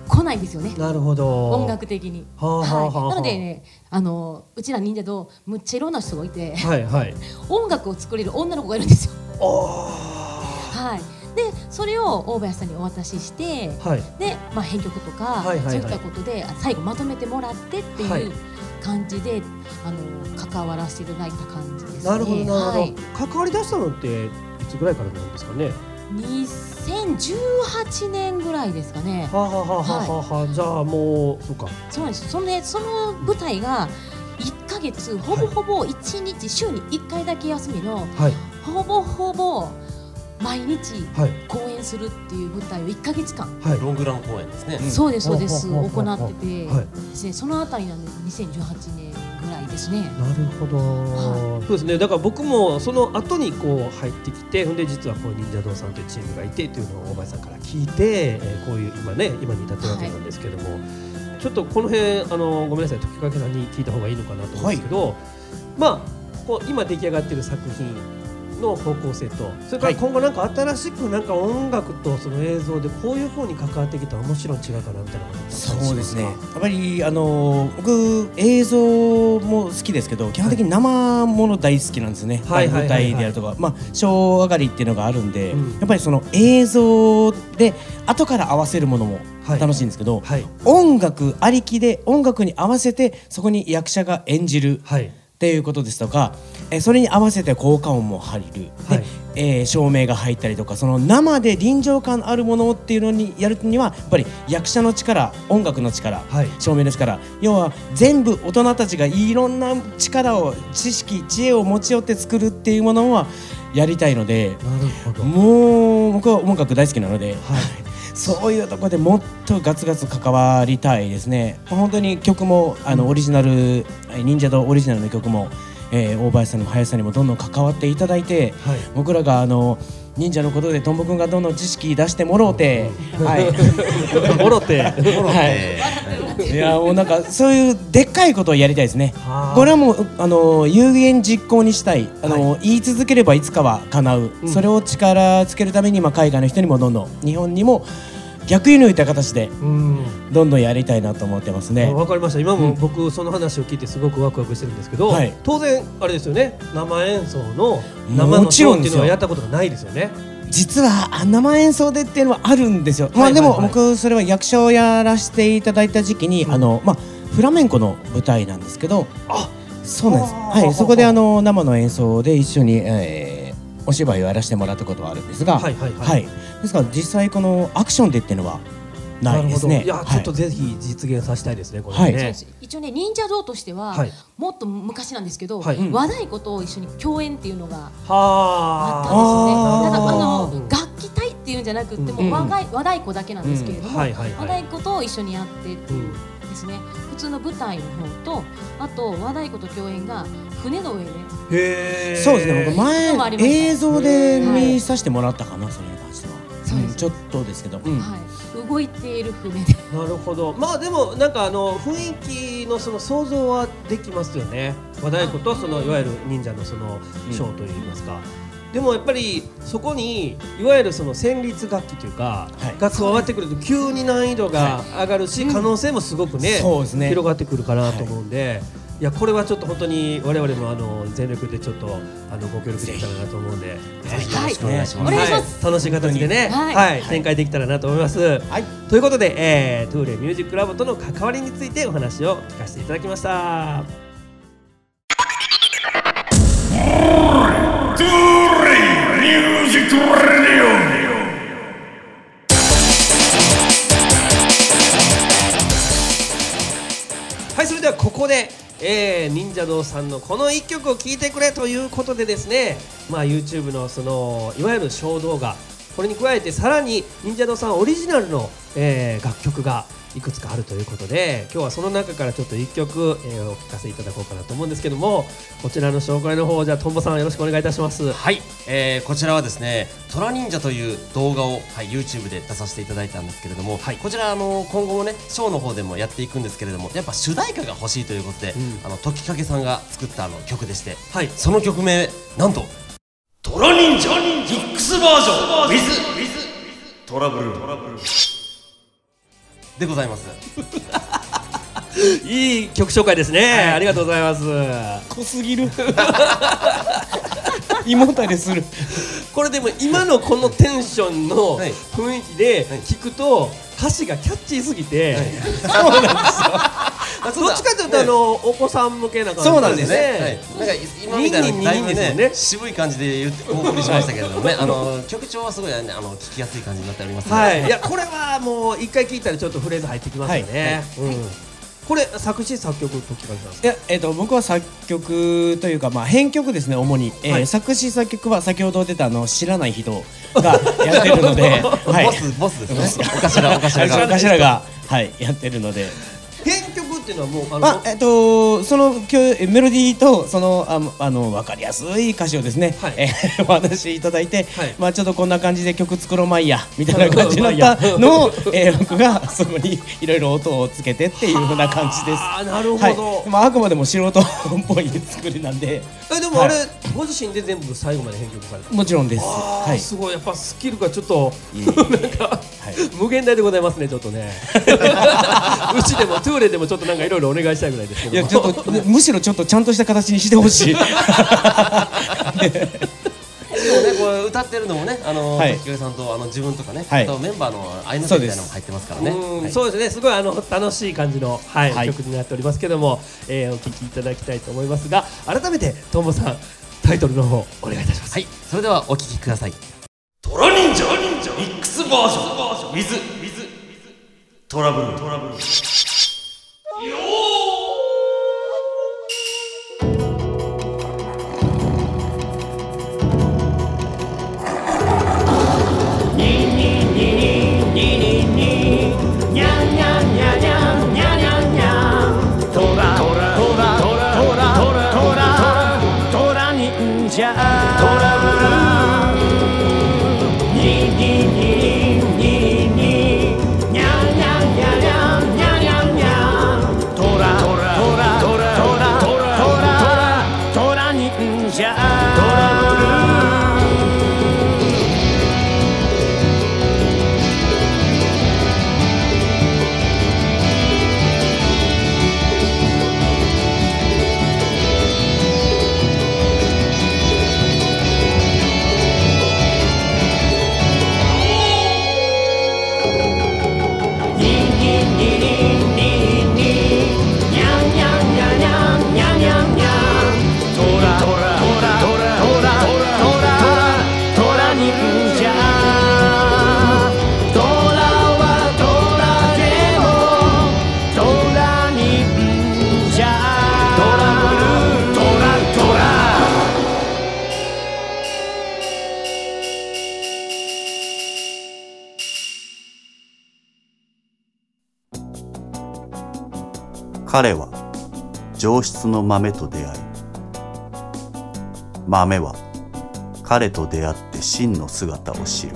来ないんですよね。 なるほど。 音楽的に。 はあはあはあはあはい。なのでね、あのうちら忍者堂むっちゃいろんな人がいて、 はいはい。 音楽を作れる女の子がいるんですよ。 あはい。でそれを大林さんにお渡しして、 はい。 でまあ編曲とか、 はいはいはいそういったことで最後まとめてもらってっていう、 はい感じであの関わらせていただいた感じですね。 なるほどなるほど、 はい、 関わり出したのっていつぐらいからなんですかね。 にせんじゅうはちねんぐらいですかね。 はあ、はあはあはあはあ、じゃあもうそうか。 そうなんです。そのねその舞台がいっかげつほぼほぼいちにち週にいっかいだけ休みの、 はい、 ほぼほぼ毎日はい公演するっていう舞台をいっかげつかん、 はい、 ロングラン公演ですね。 そうですそうですほうほうほうほう行ってて、 はいですね、そのあたりなんでにせんじゅうはちねんぐらいですね。 なるほど、 はそうですね。だから僕もその後にこう入ってきて、ほんで実はこう忍者堂さんというチームがいてというのを大林さんから聞いて、えー、こういう今ね今に至ってるわけなんですけども、はい、ちょっとこの辺あのごめんなさい、時かけさんに聞いた方がいいのかなと思うんですけど、はい、まあこう今出来上がっている作品の方向性と、それから今後なんか新しくなんか音楽とその映像でこういう風に関わってきたら面白い違うかなみたいなこと。 そうですね。やっぱりあの僕映像も好きですけど、基本的に生もの大好きなんですね。はい、舞台であるとか、まあショー上がりっていうのがあるんで、うん、やっぱりその映像で後から合わせるものも楽しいんですけど、はいはい、音楽ありきで音楽に合わせてそこに役者が演じる。はいっていうことですとか、えー、それに合わせて効果音も入る、はい、で、えー、照明が入ったりとか、その生で臨場感あるものっていうのにやるにはやっぱり役者の力、音楽の力、はい、照明の力、要は全部大人たちがいろんな力を、知識、知恵を持ち寄って作るっていうものはやりたいので、 なるほど、 もう僕は音楽大好きなので、はい、そういうところでもっとガツガツ関わりたいですね。本当に曲もあのオリジナル、忍者堂オリジナルの曲も、えー、大林さんにも林さんにもどんどん関わっていただいて、はい、僕らがあの忍者のことでとんぼくんがどんどん知識出してもろうて、はい、 もろて、 はい、いやもうなんかそういうでっかいことをやりたいですね。これはもうあの有言実行にしたい、あの、はい、言い続ければいつかは叶う、うん、それを力つけるために、まあ、海外の人にもどんどん日本にも逆輸入いった形でどんどんやりたいなと思ってますね。 わかりました。今も僕その話を聞いてすごくワクワクしてるんですけど、はい、当然あれですよね、生演奏の生のショーっていうのはやったことがないですよね。 実は生演奏でっていうのはあるんですよ。まあでも僕それは役者をやらせていただいた時期に、うん、あのまあフラメンコの舞台なんですけど、あ、そうなんです。はい、そこであの生の演奏で一緒に、えーお芝居をやらせてもらったことはあるんですが、はいはいはいはい、ですから実際このアクションでっていうのはないですね。 いや、ちょっとぜひ実現させたいですね、これね。はい、 一応ね、忍者堂としては、はい、もっと昔なんですけど、はい、和太鼓と一緒に共演っていうのがあったんですよね。だからあの楽器隊っていうんじゃなくても、うん、和, 和太鼓だけなんですけれども、うんはいはいはい、和太鼓と一緒にやってっていう。ですね、普通の舞台の方と、あと和太鼓と共演が船の上で、 へー、そうですね、僕前映像で見させてもらったかな、それに関しては。そうです、うん、ちょっとですけど、うんはい、動いている船で。 なるほど。まあでもなんかあの雰囲気のその想像はできますよね。和太鼓とそのいわゆる忍者のそのショーといいますか。うん、でもやっぱりそこにいわゆるその旋律楽器というか、はい、楽器が終わってくると急に難易度が上がるし、はい、可能性もすごくね、うん、ね広がってくるかなと思うんで、はい、いやこれはちょっと本当に我々もあの全力でちょっとあのご協力できたらなと思うんで、ぜひよろしくお願いします。はい、楽しい形でね、はいはい、展開できたらなと思います。はい、ということで、えー、トゥーレミュージックラボとの関わりについてお話を聞かせていただきました。 ミュージックラディオ。 はい、それではここで、えー、忍者堂さんのこのいっきょくを聴いてくれということでですね、まあ、YouTube のそのいわゆるショー動画、これに加えてさらに忍者堂さんオリジナルの、えー、楽曲がいくつかあるということで、今日はその中からちょっといっきょく、えー、お聴かせいただこうかなと思うんですけども、こちらの紹介の方、じゃあトンボさんよろしくお願いいたします。 はい、えー、こちらはですね、トラ忍者という動画を、はい、YouTube で出させていただいたんですけれども、はい、こちらあの今後もねショーの方でもやっていくんですけれども、やっぱ主題歌が欲しいということで、うん、あの時影さんが作ったあの曲でして、はい、その曲名なんとトラ忍者ミックスバージョン with トラブルでございます。 いい曲紹介ですね、はい、ありがとうございます。 濃すぎる胃もたれする。 これでも今のこのテンションの雰囲気で聞くと歌詞がキャッチーすぎて、はい、そうなんですよ。どっちかというとあのお子さん向けな感じですね。そうなんですね。 なんか今みたいなだいぶね渋い感じで言ってお送りしましたけれどもね、あの曲調はすごいね、あの聞きやすい感じになっておりますので、 はい、いやこれはもう一回聞いたらちょっとフレーズ入ってきますよね。はいはい、うん、これ作詞作曲と聞かれてますか？ いや、えー、と僕は作曲というか、まあ、編曲ですね主に、えーはい、作詞作曲は先ほど出たあの知らない人がやってるのではい、 ボスボスですね。お頭お頭がお頭がはいやってるので。 編曲っていうのはもうあのあ、えっとそのメロディーとそのああの分かりやすい歌詞をですね、はい、えー、お話しいただいて、はい、まあちょっとこんな感じで曲作ろうまいやみたいな感じになったのを、えー、僕がそこにいろいろ音をつけてっていう風な感じです。 ああ、なるほど。はい、 まああくまでも素人っぽい作りなんで。 えでもあれ、はい、ご自身で全部最後まで編曲されて？ もちろんです。 はい、すごいやっぱスキルがちょっとなんか、はい、無限大でございますねちょっとね。うちでもトゥーレでもちょっとなんかいろいろお願いしたいぐらいですけど。 いやちょっとむしろちょっとちゃんとした形にしてほしい。 でもね、これ歌ってるのもね、あのはい、 時影さんとあの自分とかね、 はい、 あとメンバーの合いの手みたいなのも入ってますからね。 はい、そうですね、すごいあの楽しい感じの、はいはい、曲になっておりますけども、えー、お聴きいただきたいと思いますが、改めてトンボさんタイトルの方お願いいたします。 はい、それではお聴きください。 トラ忍者ミックスバージョン with トラブルトラブル。 彼は上質の豆と出会い、豆は彼と出会って真の姿を知る。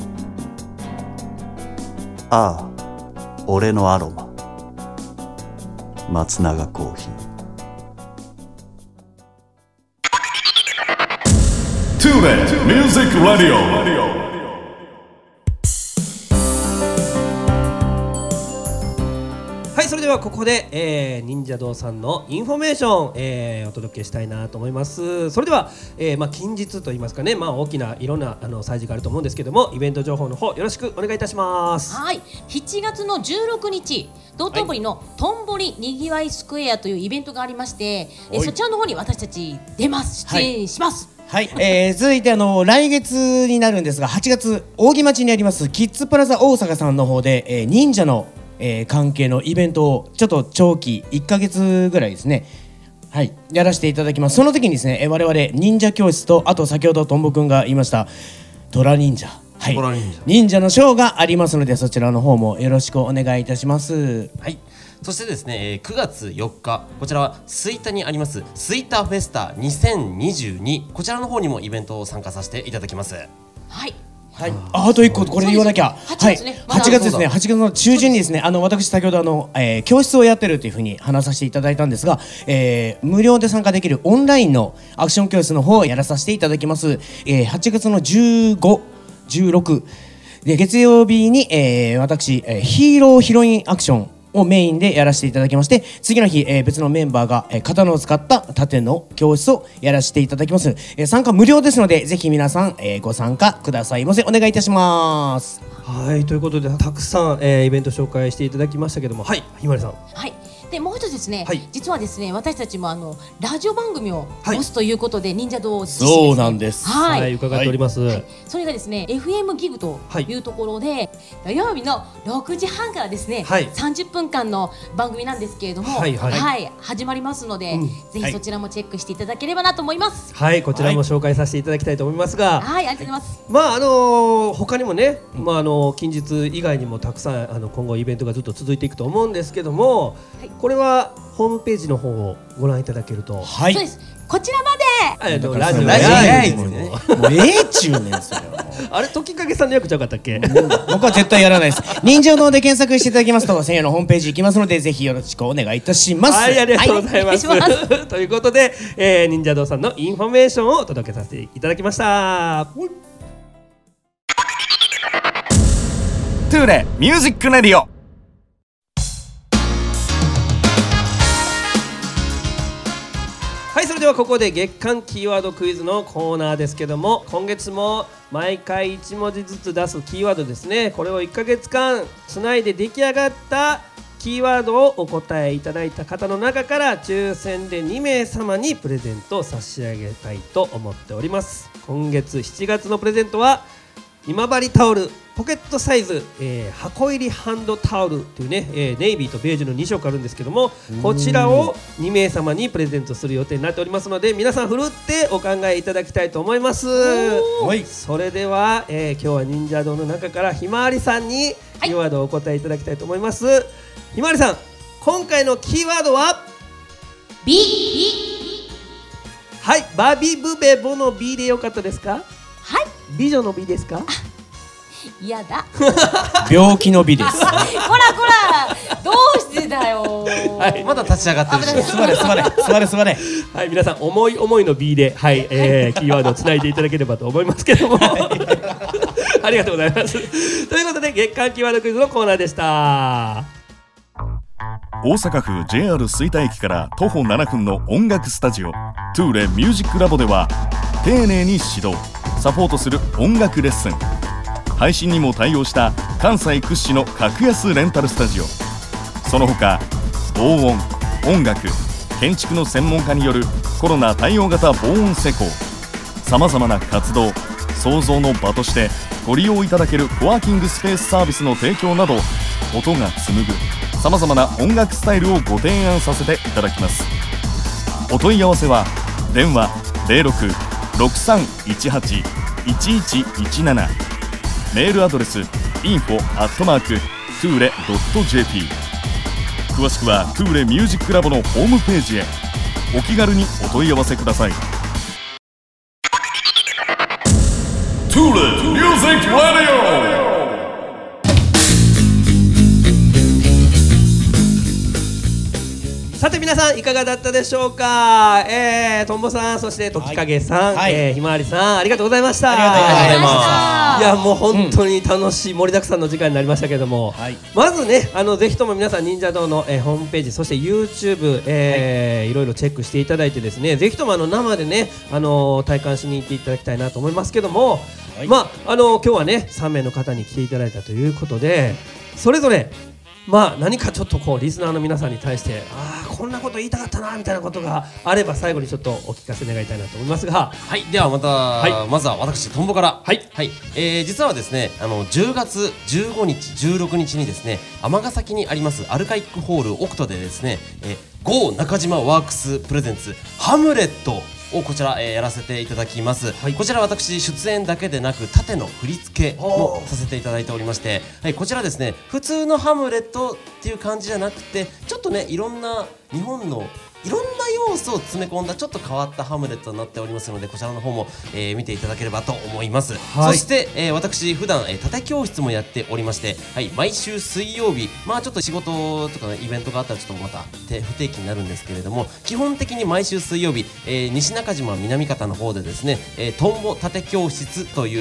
ああ、俺のアロマ、松永コーヒー。 トゥーレミュージックラディオ。 はい、それではここで、えー、忍者堂さんのインフォメーション、えー、お届けしたいなと思います。それでは、えーまあ、近日といいますかね、まあ、大きないろんなあの催事があると思うんですけども、イベント情報の方よろしくお願いいたします。 はい、しちがつのじゅうろくにち道頓堀のとんぼりにぎわいスクエアというイベントがありまして、えー、そちらの方に私たち出ます出演します。 はい、えー、続いてあの来月になるんですが、はちがつ扇町にありますキッズプラザ大阪さんの方で、えー、忍者のえー、関係のイベントをちょっと長期いっかげつぐらいですね、はい、やらせていただきます。その時にですね、えー、我々忍者教室と、あと先ほどとんぼくんが言いましたトラ忍者、はい、 トラ忍者忍者のショーがありますので、そちらの方もよろしくお願いいたします。 はい、そしてですね、くがつよっか、こちらは吹田にあります吹田フェスタにせんにじゅうに、こちらの方にもイベントを参加させていただきます。 はい、 はい、あ, あといっここれ言わなきゃ。 はちがつね、 はい、はちがつですね、はちがつの中旬にですね、あの私先ほどあの、えー、教室をやってるというふうに話させていただいたんですが、えー、無料で参加できるオンラインのアクション教室の方をやらさせていただきます。えー、はちがつのじゅうご、じゅうろくで月曜日に、えー、私、えー、ヒーローヒロインアクションをメインでやらせていただきまして、次の日、えー、別のメンバーが、えー、刀を使った盾の教室をやらせていただきます。えー、参加無料ですのでぜひ皆さん、えー、ご参加くださいませ。お願いいたします。 はい、ということでたくさん、えー、イベント紹介していただきましたけども、はい、ひまりさん。 はい。でもう一つですね、 はい、 実はですね私たちもあのラジオ番組をはい、 持つということで、忍者堂を実施です、 ね、そうなんです。 はい、 はい、伺っております。はい、 それがですね エフエム ギグというところで、はい、土曜日のろくじはんからですね、はい、さんじゅっぷんかんの番組なんですけれども、はいはいはい、始まりますので、うん、ぜひそちらもチェックしていただければなと思います。 はい、こちらも紹介させていただきたいと思いますが、 はい、ありがとうございます。 まああのー、他にもね、うん、まああのー、近日以外にもたくさんあの今後イベントがずっと続いていくと思うんですけども、はい、これはホームページの方をご覧いただけると、 はい、そうです。こちらまで。 えっとラジオラジオやいもうええちゅうねんそれは。 あれ時影さんの役ちゃうかったっけ？ 僕は絶対やらないです。忍者堂で検索していただきますと専用のホームページ行きますのでぜひよろしくお願いいたします。 はい、ありがとうございます。 はい、ますということで、えー、忍者堂さんのインフォメーションをお届けさせていただきました。 トゥーレミュージックレディオ。 はい、それではここで月間キーワードクイズのコーナーですけども、今月も毎回いち文字ずつ出すキーワードですね。これをいっかげつかんつないで出来上がったキーワードをお答えいただいた方の中から抽選でにめいさまにプレゼントを差し上げたいと思っております。今月しちがつのプレゼントは今治タオルポケットサイズ、えー、箱入りハンドタオルというね、えー、ネイビーとベージュのにしょくあるんですけども、こちらをにめいさまにプレゼントする予定になっておりますので、皆さんふるってお考えいただきたいと思います。はい、それでは、えー、今日は忍者堂の中からひまわりさんにキーワードをお答えいただきたいと思います。はい、ひまわりさん、今回のキーワードはビ。 はい、バビブベボの B でよかったですか？ はい、 美女の B ですか？ いやだ病気の美です。 こらこらどうしてだよ。 はい、まだ立ち上がってるし。 座れ座れ座れ座れ。 はい、皆さん思い思いの B で、はい、えー、キーワードをつないでいただければと思いますけどもありがとうございますということで月間キーワードクイズのコーナーでした。 大阪府 ジェイアール 吹田駅から徒歩ななふんの音楽スタジオトゥーレミュージックラボでは丁寧に指導サポートする音楽レッスン、配信にも対応した関西屈指の格安レンタルスタジオ、その他防音、音楽、建築の専門家によるコロナ対応型防音施工、さまざまな活動創造の場としてご利用いただけるコワーキングスペースサービスの提供など、音が紡ぐさまざまな音楽スタイルをご提案させていただきます。お問い合わせは電話 ゼロろく ろくさんいちはち いちいちいちなな、メールアドレス インフォ アットマーク トゥーレ ドット ジェーピー、 詳しくはトゥーレミュージックラボのホームページへお気軽にお問い合わせください。トゥーレミュージックラディオ。 さて皆さんいかがだったでしょうか。えー、とんぼさん、そして時影さん、はい、えー、ひまわりさん、ありがとうございました。 ありがとうございます。いやもう本当に楽しい、うん、盛りだくさんの時間になりましたけども、はい、まずね、あのぜひとも皆さん忍者堂の、えー、ホームページ、そして YouTube、えーはい、いろいろチェックしていただいてですね、ぜひともあの生でね、あのー、体感しに行っていただきたいなと思いますけども、はい、まああのー、今日はねさんめいの方に来ていただいたということで、それぞれまあ何かちょっとこうリスナーの皆さんに対してああこんなこと言いたかったなみたいなことがあれば最後にちょっとお聞かせ願いたいなと思いますが、 はい、ではまた、はい、まずは私トンボからはい、 はい、えー、実はですね、あのじゅうがつじゅうごにちじゅうろくにちにですね、尼崎にありますアルカイックホールオクトでですね、えー、ゴー中島ワークスプレゼンツハムレットをこちら、えー、やらせていただきます、はい、こちら私出演だけでなく盾の振り付けもさせていただいておりまして、はい、こちらですね、普通のハムレットっていう感じじゃなくて、ちょっとねいろんな日本のいろんな要素を詰め込んだちょっと変わったハムレットになっておりますので、こちらの方も、えー、見ていただければと思います、はい、そして、えー、私普段、えー、盾教室もやっておりまして、はい、毎週水曜日、まあちょっと仕事とか、ね、イベントがあったらちょっとまた不定期になるんですけれども、基本的に毎週水曜日、えー、西中島南方の方でですね、えー、トンボ盾教室という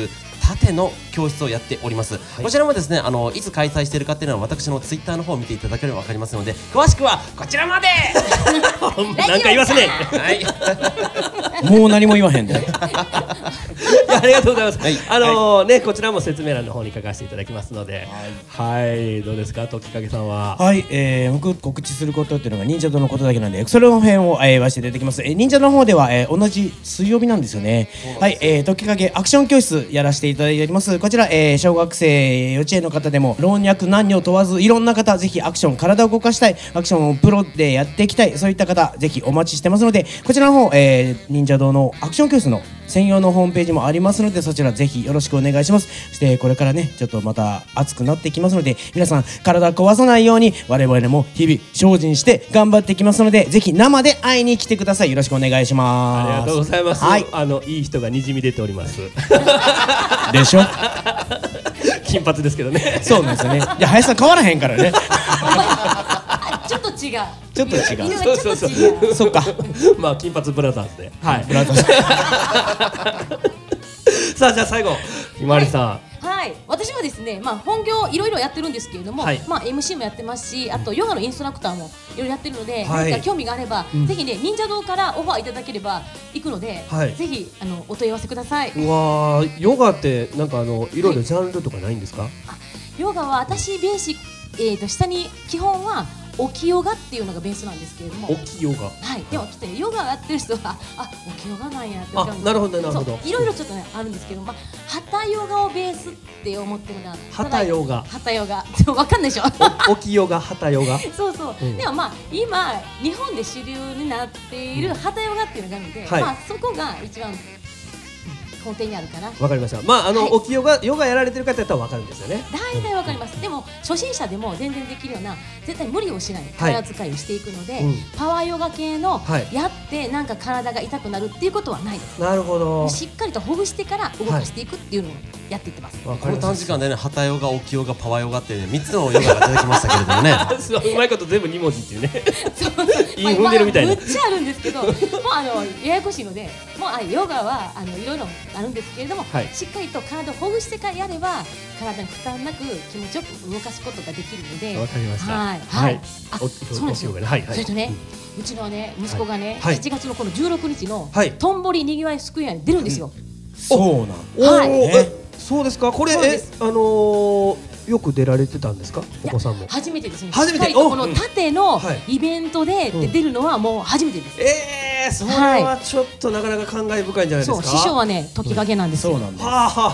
盾の教室をやっております、こちらもですねあのいつ開催しているかっていうのは私のツイッターの方を見ていただければ分かりますので、詳しくはこちらまでなんか言わせねはいもう何も言わへんでいやありがとうございます、はい、あのーねこちらも説明欄の方に書かせていただきますので、はい、はい、どうですか時影さんは。 はい、えー、僕告知することっていうのが忍者堂のことだけなんで、それの辺を、えー、言わせていただきます。えー、忍者の方では、えー、同じ水曜日なんですよね。はい、えー、時影アクション教室やらせていただいております。こちら、えー、小学生幼稚園の方でも老若男女問わずいろんな方、ぜひアクション体を動かしたい、アクションをプロでやっていきたい、そういった方ぜひお待ちしてますので、こちらの方、えー、忍者堂のアクション教室の専用のホームページもありますので、そちらぜひよろしくお願いします。そしてこれからねちょっとまた暑くなってきますので、皆さん体壊さないように我々も日々精進して頑張っていきますので、ぜひ生で会いに来てください。よろしくお願いします。 ありがとうございます、 はい、 あのいい人がにじみ出ておりますでしょ金髪ですけどねそうなんですよね。いや林さん変わらへんからねちょっと違う。 ちょっと違う。 色がちょっと違う。 そっかまあ金髪ブラザーズで、はい、 ブラザーズさあじゃあ最後ひまわりさん、 はいはい、私はですね、まあ、本業いろいろやってるんですけれども、はい、まあ、エムシー もやってますし、あとヨガのインストラクターもいろいろやってるので、はい、何か興味があれば、うん、ぜひね忍者堂からオファーいただければ行くので、はい、ぜひあのお問い合わせください。 うわー、ヨガってなんかあのいろいろジャンルとかないんですか？はい、 あ、ヨガは私ベーシック、えーと下に基本はオキヨガっていうのがベースなんですけれども、 オキヨガ、 はい、でもきっとヨガやってる人はあ、オキヨガなんやって分かるんです。 あ、なるほどなるほど。 いろいろちょっとねあるんですけど、まあハタヨガをベースって思ってるな。 ハタヨガ、 ハタヨガ、でも分かんないでしょ。 オキヨガ、ハタヨガ。 そうそう、うん、でもまあ今日本で主流になっているハタヨガっていうのがあるので、はい、まあそこが一番根底にあるかな。 わかりました。まああの、はい、オキヨガ、ヨガやられてる方だったらわかるんですよね。 大体わかります。でも初心者でも全然できるような絶対無理をしない体使いをしていくので、はい、うん、パワーヨガ系の、はい、やってなんか体が痛くなるっていうことはないです。 なるほど。 しっかりとほぐしてから動かしていくっていうのをやっていってます。 はい、この短時間でね、ハタヨガ、オキヨガ、パワーヨガってね、みっつのヨガが出てきましたけれどもね。 うまいこと全部に文字っていうね。いい踏んでるみたいな。 むっちゃあるんですけど、もうあのややこしいので、もうあヨガはあのいろいろあるんですけれども、はい、しっかりと体をほぐしてからやれば体に負担なく気持ちよく動かすことができるので。 わかりました。 はい。はい。あ、そうなんですよ。それとね、うちのね息子がね、しちがつのこのじゅうろくにちのとんぼりにぎわいスクエアに出るんですよ。 そうなん。はい。 そうですか。これえあのよく出られてたんですか、お子さんも。 初めてですね。 初めて。 この縦のイベントで出るのはもう初めてです。 ええ、それはちょっとなかなか感慨深いんじゃないですか。 そう、師匠はね時影なんですよ。 そうなんです。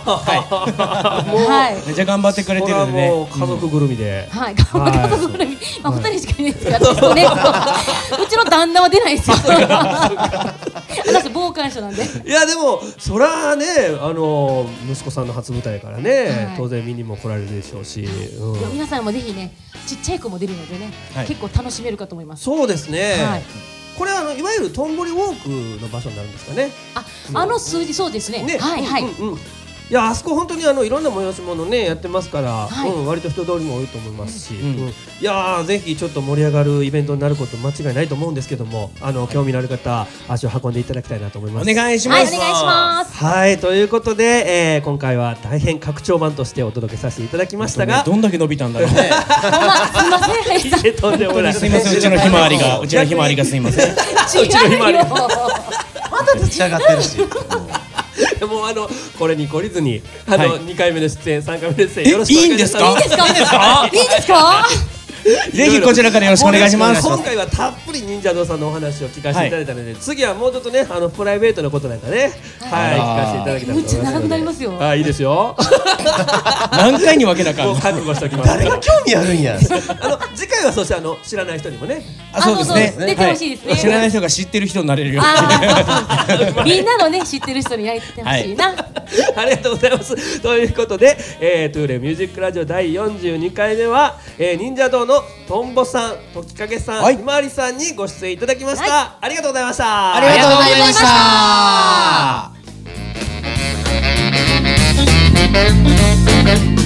はい。 めっちゃ頑張ってくれてるんでね。 家族ぐるみで。 はい、家族ぐるみ。まあふたりしかいないですけど、私とね、うちの旦那は出ないですよ。私傍観者なんで。 いやでもそらね、あの息子さんの初舞台からね、当然見にも来られるでしょうし、 皆さんもぜひね、ちっちゃい子も出るのでね、結構楽しめるかと思います。 そうですね。これはあのいわゆるとんぼりウォークの場所になるんですかね。 あ、あの数字そうですね。はいはい。 いや、あそこ本当にあのいろんな催し物ねやってますから、はい、うん、割と人通りも多いと思いますし、うんうん、いやーぜひちょっと盛り上がるイベントになること間違いないと思うんですけども、あの、はい、興味のある方足を運んでいただきたいなと思います。 お願いします。 はい、お願いします。 はい、ということで、えー、今回は大変拡張版としてお届けさせていただきましたが、 どんだけ伸びたんだろうね。 すみません。 いえ、とんでもない。 すみません、うちのひまわりが、うちのひまわりがすみません。うちのひまわりが。 まだ立ち上がってるし。 もうあのこれに懲りずにあのにかいめの出演、さんかいめの出演よろしくお願いします。 いいんですか？ いいですか？いいですか？いいですか？ ぜひこちらからよろしくお願いします。 今回はたっぷり忍者堂さんのお話を聞かせていただいたので、次はもうちょっとね、あのプライベートのことなんかね、はい、聞かせていただきたいと思います。 むっちゃ長くなりますよ。 あ、いいですよ。 何回に分けなかった。 もう覚悟しておきます。 誰が興味あるんや。 あの次回はそしてあの知らない人にもね。 あ、そうですね。 出てほしいですね。 知らない人が知ってる人になれるように。みんなのね知ってる人にやってほしいな。 ありがとうございます。ということで、えー、トゥーレミュージックラジオだいよんじゅうにかいめは、えー、忍者堂のとんぼさん、時影さん、ひまわりさんにご出演いただきました。はい、ありがとうございました。 ありがとうございました。